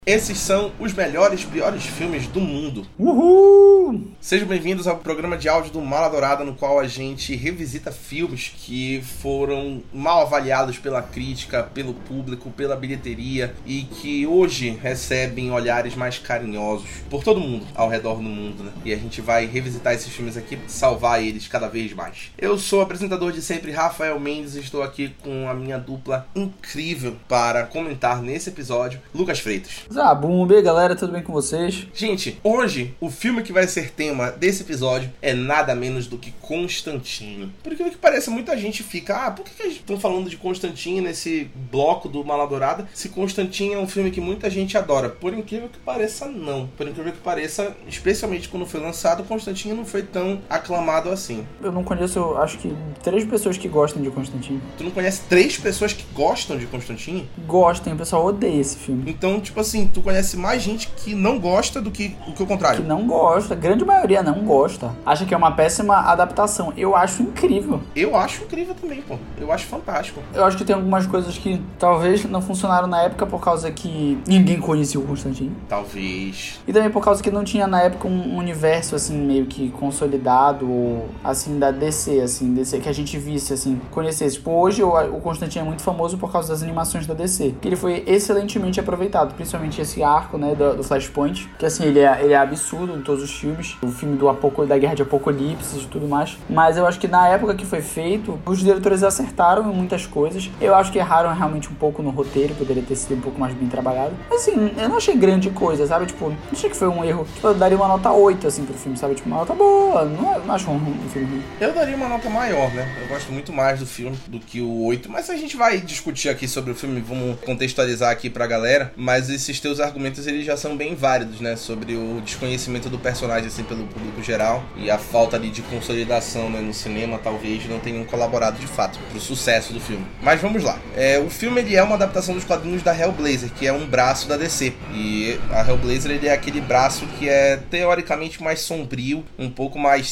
Esses são os melhores e piores filmes do mundo. Uhul! Sejam bem-vindos ao programa de áudio do Mala Dourada, no qual a gente revisita filmes que foram mal avaliados pela crítica, pelo público, pela bilheteria e que hoje recebem olhares mais carinhosos por todo mundo ao redor do mundo, né? E a gente vai revisitar esses filmes aqui para salvar eles cada vez mais. Eu sou o apresentador de sempre, Rafael Mendes, e estou aqui com a minha dupla incrível para comentar nesse episódio, Lucas Freitas. Zabumbe, galera, tudo bem com vocês? Gente, hoje o filme que vai ser tema desse episódio é nada menos do que Constantine. Por que parece, muita gente fica, por que eles estão falando de Constantine nesse bloco do Mala Dourada, se Constantine é um filme que muita gente adora? Por incrível que pareça, não. Por incrível que pareça, especialmente quando foi lançado, Constantine não foi tão aclamado assim. Eu não conheço, acho que 3 pessoas que gostam de Constantine. Tu não conhece 3 pessoas que gostam de Constantine? Gostam, o pessoal odeia esse filme. Então, tipo assim, tu conhece mais gente que não gosta do que o contrário. Que não gosta, a grande maioria não gosta. Acha que é uma péssima adaptação. Eu acho incrível. Eu acho incrível também, pô. Eu acho fantástico. Eu acho que tem algumas coisas que talvez não funcionaram na época por causa que ninguém conhecia o Constantine. Talvez. E também por causa que não tinha na época um universo, assim, meio que consolidado, ou, assim, da DC, assim, DC, que a gente visse, assim, conhecesse. Tipo, hoje o Constantine é muito famoso por causa das animações da DC, que ele foi excelentemente aproveitado, principalmente esse arco, né, do Flashpoint, que assim, ele é absurdo em todos os filmes, o filme da Guerra de Apocalipse e tudo mais, mas eu acho que na época que foi feito, os diretores acertaram em muitas coisas. Eu acho que erraram realmente um pouco no roteiro, poderia ter sido um pouco mais bem trabalhado, mas assim, eu não achei grande coisa, sabe, tipo, não achei que foi um erro, tipo, eu daria uma nota 8, assim, pro filme, sabe, tipo, uma nota boa, não acho um filme ruim. Eu daria uma nota maior, né, eu gosto muito mais do filme do que o 8, mas a gente vai discutir aqui sobre o filme, vamos contextualizar aqui pra galera, mas esses teus argumentos, eles já são bem válidos, né, sobre o desconhecimento do personagem, assim, pelo público geral, e a falta ali de consolidação, né, no cinema, talvez não tenham colaborado de fato pro sucesso do filme. Mas vamos lá. O filme, ele é uma adaptação dos quadrinhos da Hellblazer, que é um braço da DC, e a Hellblazer, ele é aquele braço que é teoricamente mais sombrio, um pouco mais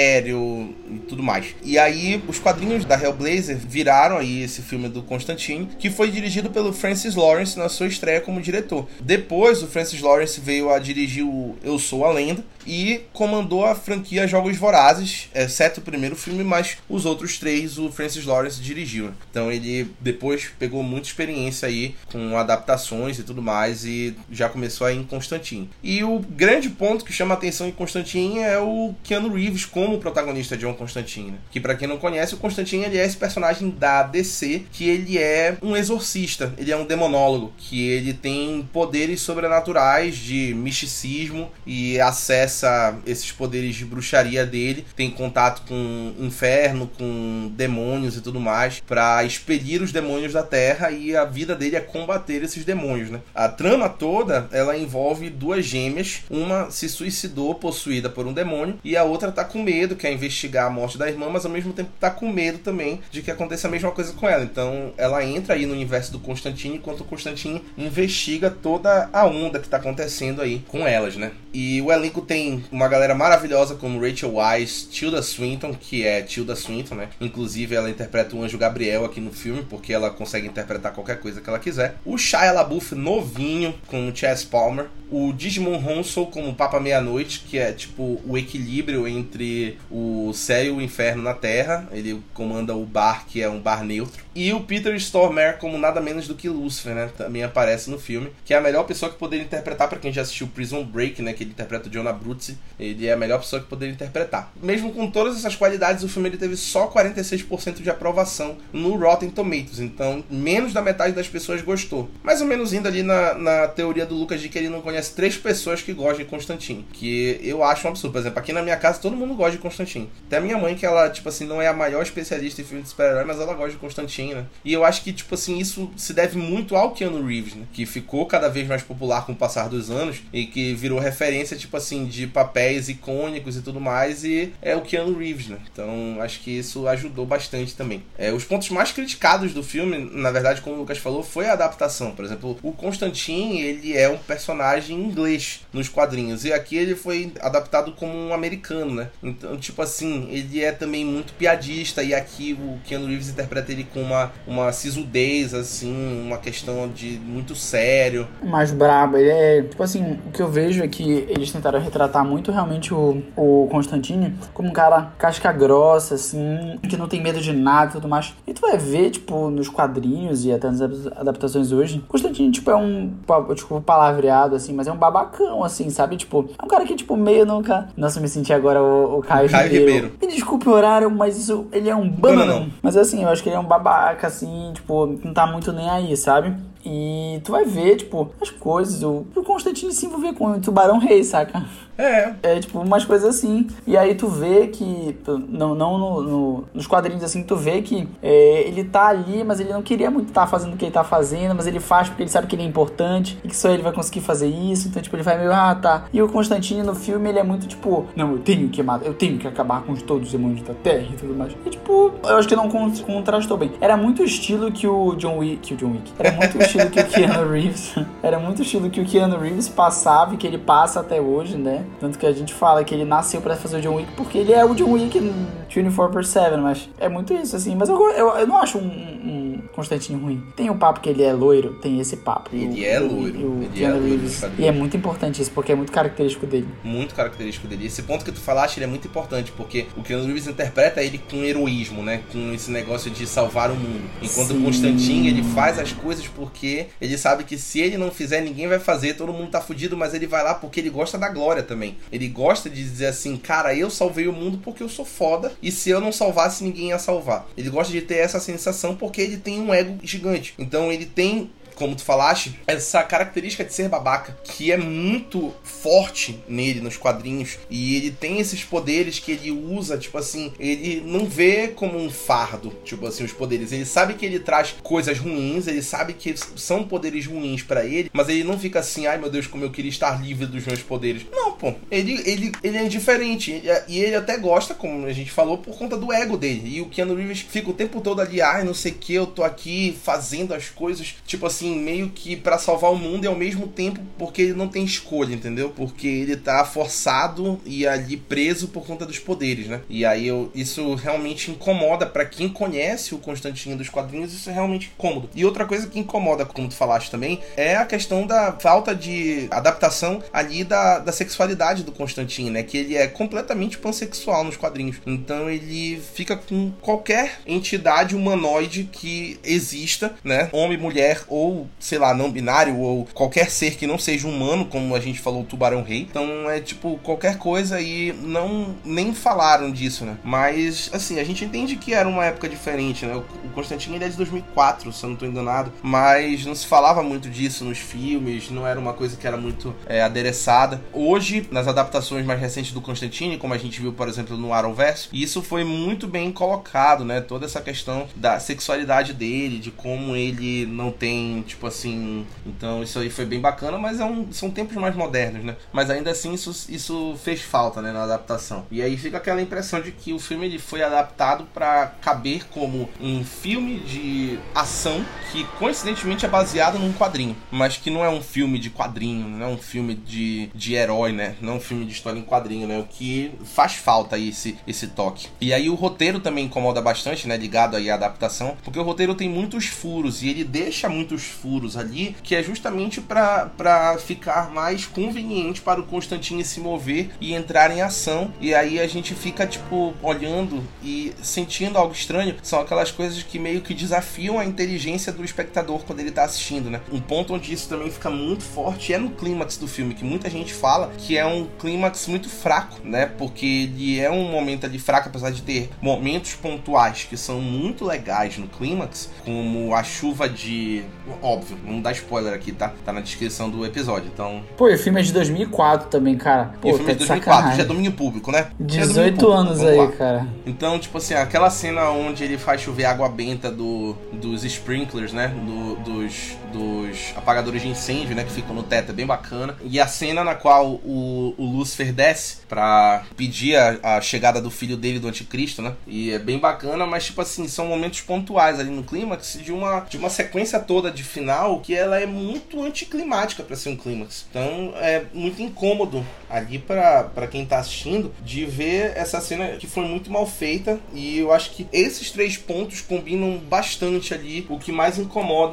sério e tudo mais. E aí, os quadrinhos da Hellblazer viraram aí esse filme do Constantine, que foi dirigido pelo Francis Lawrence na sua estreia como diretor. Depois, o Francis Lawrence veio a dirigir o Eu Sou a Lenda e comandou a franquia Jogos Vorazes, exceto o primeiro filme, mas os outros 3 o Francis Lawrence dirigiu. Então ele depois pegou muita experiência aí com adaptações e tudo mais e já começou aí em Constantine. E o grande ponto que chama a atenção em Constantine é o Keanu Reeves como protagonista de John Constantine, né? Que pra quem não conhece, o Constantine, ele é esse personagem da DC, que ele é um exorcista, ele é um demonólogo, que ele tem poderes sobrenaturais de misticismo e acessa esses poderes de bruxaria dele, tem contato com o inferno, com demônios e tudo mais, pra expelir os demônios da Terra, e a vida dele é combater esses demônios, né? A trama toda, ela envolve 2 gêmeas, uma se suicidou possuída por um demônio, e a outra tá com medo, quer investigar a morte da irmã, mas ao mesmo tempo tá com medo também de que aconteça a mesma coisa com ela. Então ela entra aí no universo do Constantine, enquanto o Constantine investiga toda a onda que tá acontecendo aí com elas, né? E o elenco tem uma galera maravilhosa como Rachel Weisz, Tilda Swinton, que é Tilda Swinton, né? Inclusive ela interpreta o Anjo Gabriel aqui no filme, porque ela consegue interpretar qualquer coisa que ela quiser. O Shia LaBeouf novinho, com o Chaz Palmer. O Digimon Hounsou como Papa Meia-Noite, que é tipo o equilíbrio entre o céu e o inferno na Terra. Ele comanda o bar, que é um bar neutro. E o Peter Stormare como nada menos do que Lúcifer, né? Também aparece no filme, que é a melhor pessoa que poderia interpretar, pra quem já assistiu Prison Break, né? Que ele interpreta o John Abruzzi. Ele é a melhor pessoa que poderia interpretar. Mesmo com todas essas qualidades, o filme ele teve só 46% de aprovação no Rotten Tomatoes. Então, menos da metade das pessoas gostou. Mais ou menos indo ali na teoria do Lucas de que ele não conhece 3 pessoas que gostam de Constantine. Que eu acho um absurdo. Por exemplo, aqui na minha casa todo mundo gosta de Constantine. Até a minha mãe, que ela, tipo assim, não é a maior especialista em filme de super-herói, mas ela gosta de Constantine, né? E eu acho que, tipo assim, isso se deve muito ao Keanu Reeves, né? Que ficou cada vez mais popular com o passar dos anos e que virou referência, tipo assim, de papéis icônicos e tudo mais, e é o Keanu Reeves, né? Então, acho que isso ajudou bastante também. Os pontos mais criticados do filme, na verdade, como o Lucas falou, foi a adaptação. Por exemplo, o Constantine, ele é um personagem dublagem em inglês nos quadrinhos. E aqui ele foi adaptado como um americano, né? Então, tipo assim, ele é também muito piadista. E aqui o Keanu Reeves interpreta ele com uma sisudez, assim, uma questão de muito sério. Mais brabo, ele é... Tipo assim, o que eu vejo é que eles tentaram retratar muito realmente o Constantine como um cara casca grossa, assim, que não tem medo de nada e tudo mais. E tu vai ver, tipo, nos quadrinhos e até nas adaptações hoje, Constantine, tipo, é um, tipo, palavreado, assim, mas é um babacão, assim, sabe? Tipo, é um cara que, tipo, meio nunca... Nossa, eu me senti agora o Caio Ribeiro. Me desculpe o horário, mas isso, ele é um bananão. Mas assim, eu acho que ele é um babaca, assim, tipo, não tá muito nem aí, sabe? E tu vai ver, tipo, as coisas, o Constantine se envolver com o Tubarão Rei, saca? É, tipo, umas coisas assim. E aí tu vê que, nos quadrinhos, assim, tu vê que ele tá ali, mas ele não queria muito estar fazendo o que ele tá fazendo, mas ele faz porque ele sabe que ele é importante e que só ele vai conseguir fazer isso. Então, tipo, ele vai meio, tá. E o Constantine no filme, ele é muito, tipo, não, eu tenho que acabar com todos os demônios da Terra e tudo mais. E, tipo, eu acho que não contrastou bem. Era muito o estilo que o John Wick. Era muito o estilo que o Keanu Reeves... Era muito o estilo que o Keanu Reeves passava e que ele passa até hoje, né? Tanto que a gente fala que ele nasceu pra fazer o John Wick porque ele é o John Wick 24/7, mas é muito isso, assim. Mas eu não acho um Constantine ruim. Tem o papo que ele é loiro, tem esse papo. Ele é loiro. E é muito importante isso, porque é muito característico dele. Muito característico dele. Esse ponto que tu falaste, ele é muito importante, porque o Keanu Reeves interpreta ele com heroísmo, né? Com esse negócio de salvar o mundo. Enquanto o Constantine, ele faz as coisas porque ele sabe que se ele não fizer, ninguém vai fazer, todo mundo tá fudido, mas ele vai lá porque ele gosta da glória também. Ele gosta de dizer assim, cara, eu salvei o mundo porque eu sou foda, e se eu não salvasse, ninguém ia salvar. Ele gosta de ter essa sensação porque ele tem um ego gigante. Então ele tem, como tu falaste, essa característica de ser babaca, que é muito forte nele nos quadrinhos, e ele tem esses poderes que ele usa, tipo assim, ele não vê como um fardo, tipo assim, os poderes, ele sabe que ele traz coisas ruins, ele sabe que são poderes ruins pra ele, mas ele não fica assim, ai meu Deus, como eu queria estar livre dos meus poderes. Não, pô, ele é indiferente, e ele até gosta, como a gente falou, por conta do ego dele, e o Keanu Reeves fica o tempo todo ali, ai não sei o que, eu tô aqui fazendo as coisas, tipo assim, meio que pra salvar o mundo e ao mesmo tempo porque ele não tem escolha, entendeu? Porque ele tá forçado e ali preso por conta dos poderes, né? E aí isso realmente incomoda pra quem conhece o Constantine dos quadrinhos, isso é realmente incômodo. E outra coisa que incomoda, como tu falaste também, é a questão da falta de adaptação ali da sexualidade do Constantine, né? Que ele é completamente pansexual nos quadrinhos. Então ele fica com qualquer entidade humanoide que exista, né? Homem, mulher ou, sei lá, não binário ou qualquer ser que não seja humano, como a gente falou, o Tubarão Rei. Então é tipo qualquer coisa e nem falaram disso, né? Mas assim, a gente entende que era uma época diferente, né? O Constantine ele é de 2004, se eu não tô enganado, mas não se falava muito disso nos filmes, não era uma coisa que era muito adereçada. Hoje, nas adaptações mais recentes do Constantine, como a gente viu, por exemplo, no Arrowverso, isso foi muito bem colocado, né? Toda essa questão da sexualidade dele, de como ele não tem, tipo assim... Então isso aí foi bem bacana, mas são tempos mais modernos, né? Mas ainda assim isso fez falta, né, na adaptação. E aí fica aquela impressão de que o filme ele foi adaptado para caber como um filme de ação que coincidentemente é baseado num quadrinho, mas que não é um filme de quadrinho, não é um filme de herói, né? Não é um filme de história em quadrinho, né? O que faz falta aí esse toque. E aí o roteiro também incomoda bastante, né? Ligado aí à adaptação, porque o roteiro tem muitos furos e ele deixa muitos furos ali, que é justamente para ficar mais conveniente para o Constantine se mover e entrar em ação. E aí a gente fica, tipo, olhando e sentindo algo estranho. São aquelas coisas que meio que desafiam a inteligência do espectador quando ele tá assistindo, né? Um ponto onde isso também fica muito forte é no clímax do filme, que muita gente fala que é um clímax muito fraco, né? Porque ele é um momento ali fraco, apesar de ter momentos pontuais que são muito legais no clímax, como a chuva de... Óbvio, não dá spoiler aqui, tá? Tá na descrição do episódio, então... Pô, o filme é de 2004 também, cara. Pô, o filme é de 2004, já é domínio público, né? 18 anos aí, cara. Então, tipo assim, aquela cena onde ele faz chover água benta dos sprinklers, né? Dos apagadores de incêndio, né? Que ficam no teto, é bem bacana. E a cena na qual o Lúcifer desce pra pedir a chegada do filho dele, do anticristo, né? E é bem bacana, mas, tipo assim, são momentos pontuais ali no clímax de uma sequência toda de final que ela é muito anticlimática pra ser um clímax. Então é muito incômodo ali pra quem tá assistindo de ver essa cena que foi muito mal feita, e eu acho que esses 3 pontos combinam bastante ali o que mais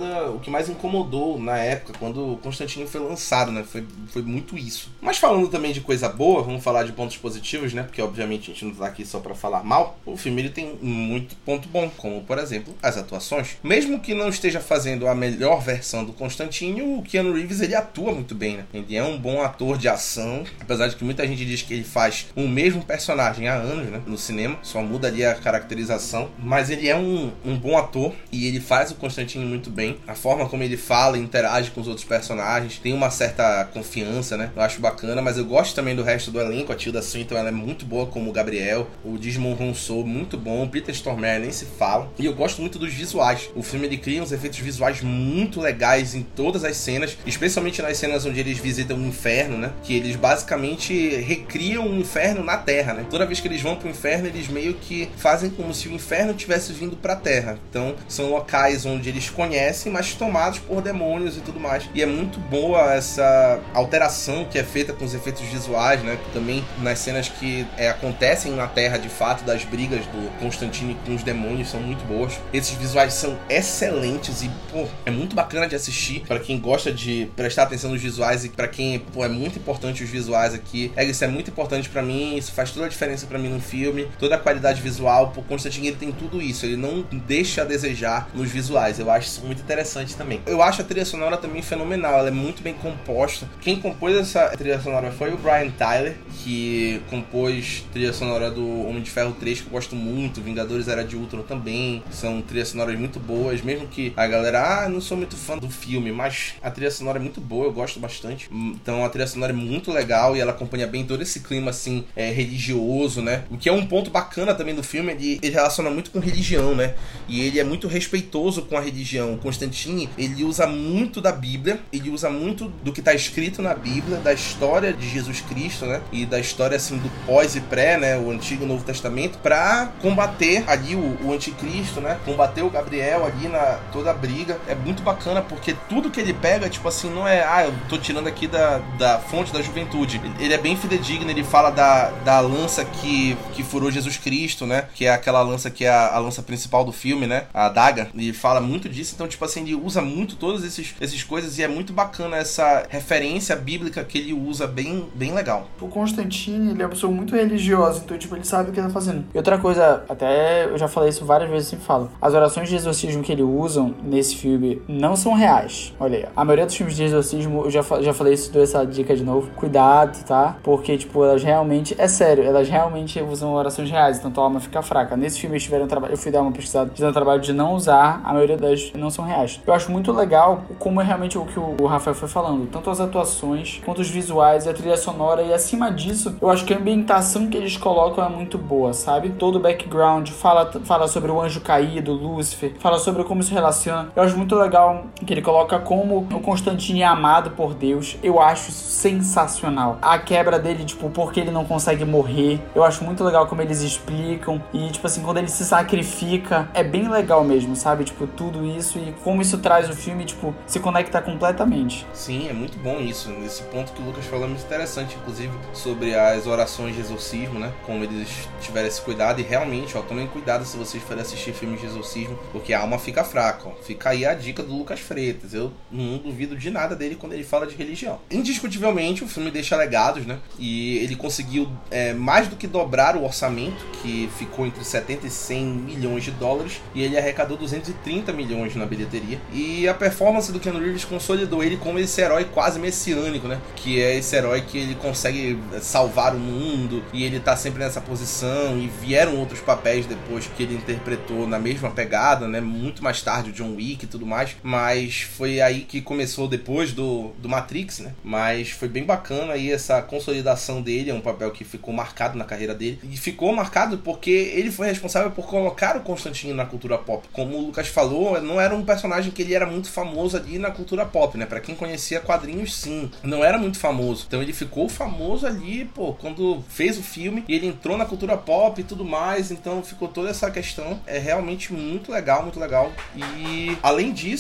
incomodou na época, quando o Constantine foi lançado, né? Foi muito isso. Mas falando também de coisa boa, vamos falar de pontos positivos, né? Porque obviamente a gente não tá aqui só pra falar mal. O filme ele tem muito ponto bom, como por exemplo, as atuações. Mesmo que não esteja fazendo a melhor versão do Constantine, o Keanu Reeves ele atua muito bem, né? Ele é um bom ator de ação, apesar de que muita gente diz que ele faz o mesmo personagem há anos, né? No cinema, só muda ali a caracterização, mas ele é um bom ator e ele faz o Constantine muito bem. A forma como ele fala e interage com os outros personagens tem uma certa confiança, né? Eu acho bacana, mas eu gosto também do resto do elenco. A Tilda Swinton, ela é muito boa como Gabriel, o Desmond Rousseau muito bom, o Peter Stormare nem se fala, e eu gosto muito dos visuais. O filme ele cria uns efeitos visuais muito legais em todas as cenas, especialmente nas cenas onde eles visitam o inferno, né? Que eles basicamente recriam o inferno na Terra, né? Toda vez que eles vão pro inferno, eles meio que fazem como se o inferno tivesse vindo pra Terra. Então, são locais onde eles conhecem, mas tomados por demônios e tudo mais. E é muito boa essa alteração que é feita com os efeitos visuais, né? Também nas cenas que acontecem na Terra, de fato, das brigas do Constantine com os demônios, são muito boas. Esses visuais são excelentes e, pô, é muito bacana de assistir. Pra quem gosta de prestar atenção nos visuais e pra quem, pô, é muito importante os visuais aqui. Isso é muito importante pra mim, isso faz toda a diferença pra mim no filme. Toda a qualidade visual, o Constantine ele tem tudo isso. Ele não deixa a desejar nos visuais. Eu acho isso muito interessante também. Eu acho a trilha sonora também fenomenal. Ela é muito bem composta. Quem compôs essa trilha sonora foi o Brian Tyler, que compôs trilha sonora do Homem de Ferro 3, que eu gosto muito. Vingadores Era de Ultron também. São trilhas sonoras muito boas, mesmo que a galera, não sou muito fã do filme, mas a trilha sonora é muito boa, eu gosto bastante. Então a trilha sonora é muito legal e ela acompanha bem todo esse clima assim, religioso, né? O que é um ponto bacana também do filme, ele relaciona muito com religião, né? E ele é muito respeitoso com a religião. O Constantine, ele usa muito da Bíblia, ele usa muito do que tá escrito na Bíblia, da história de Jesus Cristo, né? E da história assim do pós e pré, né? O Antigo e Novo Testamento, pra combater ali o anticristo, né? Combater o Gabriel ali na toda a briga. É muito bacana porque tudo que ele pega, tipo assim, não é, eu tô tirando aqui da fonte da juventude. Ele é bem fidedigno, ele fala da lança que furou Jesus Cristo, né? Que é aquela lança que é a lança principal do filme, né? A adaga. Ele fala muito disso, então, tipo assim, ele usa muito todas essas coisas e é muito bacana essa referência bíblica que ele usa, bem legal. O Constantine, ele é uma pessoa muito religiosa, então, tipo, ele sabe o que ele tá fazendo. E outra coisa, até eu já falei isso várias vezes, sempre falo, as orações de exorcismo que ele usam nesse filme não são reais. Olha aí, a maioria dos filmes de exorcismo, eu já falei isso, dou essa dica de novo, cuidado, tá? Porque, tipo, elas realmente, é sério, elas realmente usam orações reais, então tua alma fica fraca. Nesse filme eles tiveram trabalho, eu fui dar uma pesquisada, fizeram trabalho de não usar, a maioria das não são reais. Eu acho muito legal como é realmente o que o Rafael foi falando, tanto as atuações, quanto os visuais e a trilha sonora, e acima disso, eu acho que a ambientação que eles colocam é muito boa, sabe? Todo o background, fala sobre o anjo caído, Lúcifer, fala sobre como se relaciona. Eu acho muito legal que ele coloca como o Constantine é amado por Deus. Eu acho isso sensacional. A quebra dele, tipo, porque ele não consegue morrer. Eu acho muito legal como eles explicam. E, tipo assim, quando ele se sacrifica, é bem legal mesmo, sabe? Tipo, tudo isso e como isso traz o filme, tipo, se conecta completamente. Sim, é muito bom isso. Nesse ponto que o Lucas falou é muito interessante, inclusive, sobre as orações de exorcismo, né? Como eles tiveram esse cuidado. E realmente, ó, tomem cuidado se vocês forem assistir filmes de exorcismo, porque a alma fica fraca, ó. Fica aí a dica do Lucas Freitas. Eu não duvido de nada dele quando ele fala de religião. Indiscutivelmente, o filme deixa legados, né? E ele conseguiu mais do que dobrar o orçamento, que ficou entre 70 e 100 milhões de dólares, e ele arrecadou 230 milhões na bilheteria. E a performance do Keanu Reeves consolidou ele como esse herói quase messiânico, né? Que é esse herói que ele consegue salvar o mundo, e ele tá sempre nessa posição, e vieram outros papéis depois que ele interpretou na mesma pegada, né? Muito mais tarde, o John Wick e tudo mais, mas foi aí que começou depois do Matrix, né? Mas foi bem bacana aí essa consolidação dele, é um papel que ficou marcado na carreira dele, e ficou marcado porque ele foi responsável por colocar o Constantine na cultura pop. Como o Lucas falou, não era um personagem que ele era muito famoso ali na cultura pop, né? Pra quem conhecia quadrinhos, sim, não era muito famoso. Então ele ficou famoso ali, pô, quando fez o filme, e ele entrou na cultura pop e tudo mais, então ficou toda essa questão. É realmente muito legal, muito legal. E além disso,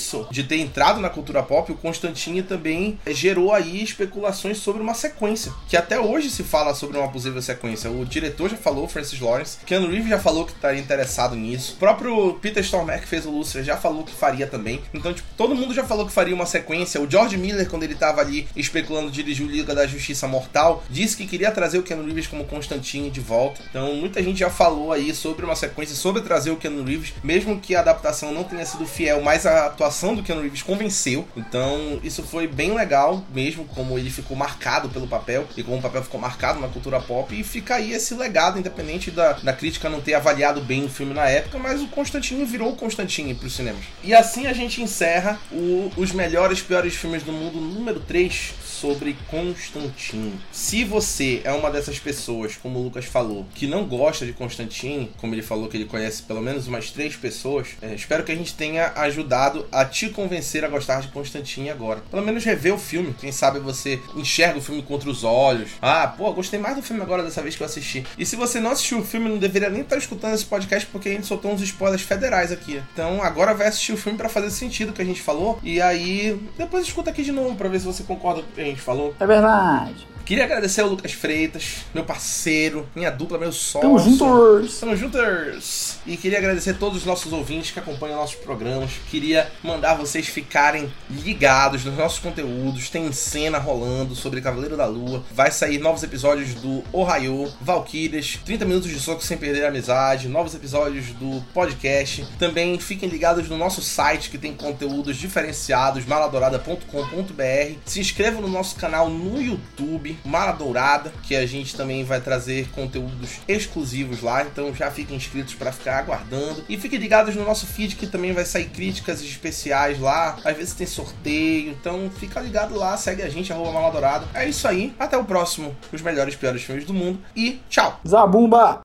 disso, de ter entrado na cultura pop, o Constantine também gerou aí especulações sobre uma sequência, que até hoje se fala sobre uma possível sequência. O diretor já falou, Francis Lawrence, Keanu Reeves já falou que estaria interessado nisso, o próprio Peter Stormare, que fez o Lucifer, já falou que faria também. Então, tipo, todo mundo já falou que faria uma sequência. O George Miller, quando ele tava ali especulando dirigir o Liga da Justiça Mortal, disse que queria trazer o Keanu Reeves como Constantine de volta. Então, muita gente já falou aí sobre uma sequência, sobre trazer o Keanu Reeves, mesmo que a adaptação não tenha sido fiel, mas a atuação do Keanu Reeves convenceu. Então, isso foi bem legal, mesmo como ele ficou marcado pelo papel, e como o papel ficou marcado na cultura pop, e fica aí esse legado, independente da crítica não ter avaliado bem o filme na época, mas o Constantine virou o Constantine pros cinemas. E assim a gente encerra os melhores, piores filmes do mundo, número 3, sobre Constantine. Se você é uma dessas pessoas, como o Lucas falou, que não gosta de Constantine, como ele falou que ele conhece pelo menos umas 3 pessoas, espero que a gente tenha ajudado a te convencer a gostar de Constantine agora. Pelo menos rever o filme, quem sabe você enxerga o filme com outros olhos. Gostei mais do filme agora dessa vez que eu assisti. E se você não assistiu o filme, não deveria nem estar escutando esse podcast, porque a gente soltou uns spoilers federais aqui. Então agora vai assistir o filme pra fazer sentido o que a gente falou, e aí depois escuta aqui de novo pra ver se você concorda com o que a gente falou. É verdade. Queria agradecer ao Lucas Freitas, meu parceiro, minha dupla, meu sócio. Tamo juntos! E queria agradecer a todos os nossos ouvintes que acompanham nossos programas. Queria mandar vocês ficarem ligados nos nossos conteúdos. Tem cena rolando sobre Cavaleiro da Lua. Vai sair novos episódios do Ohio, Valkyrias, 30 minutos de soco sem perder a amizade, novos episódios do podcast. Também fiquem ligados no nosso site, que tem conteúdos diferenciados, maladourada.com.br. Se inscrevam no nosso canal no YouTube, Mala Dourada, que a gente também vai trazer conteúdos exclusivos lá, então já fiquem inscritos para ficar aguardando, e fiquem ligados no nosso feed, que também vai sair críticas especiais lá, às vezes tem sorteio, então fica ligado lá, segue a gente, @Mala Dourada. É isso aí, até o próximo, os melhores e piores filmes do mundo, e tchau! Zabumba!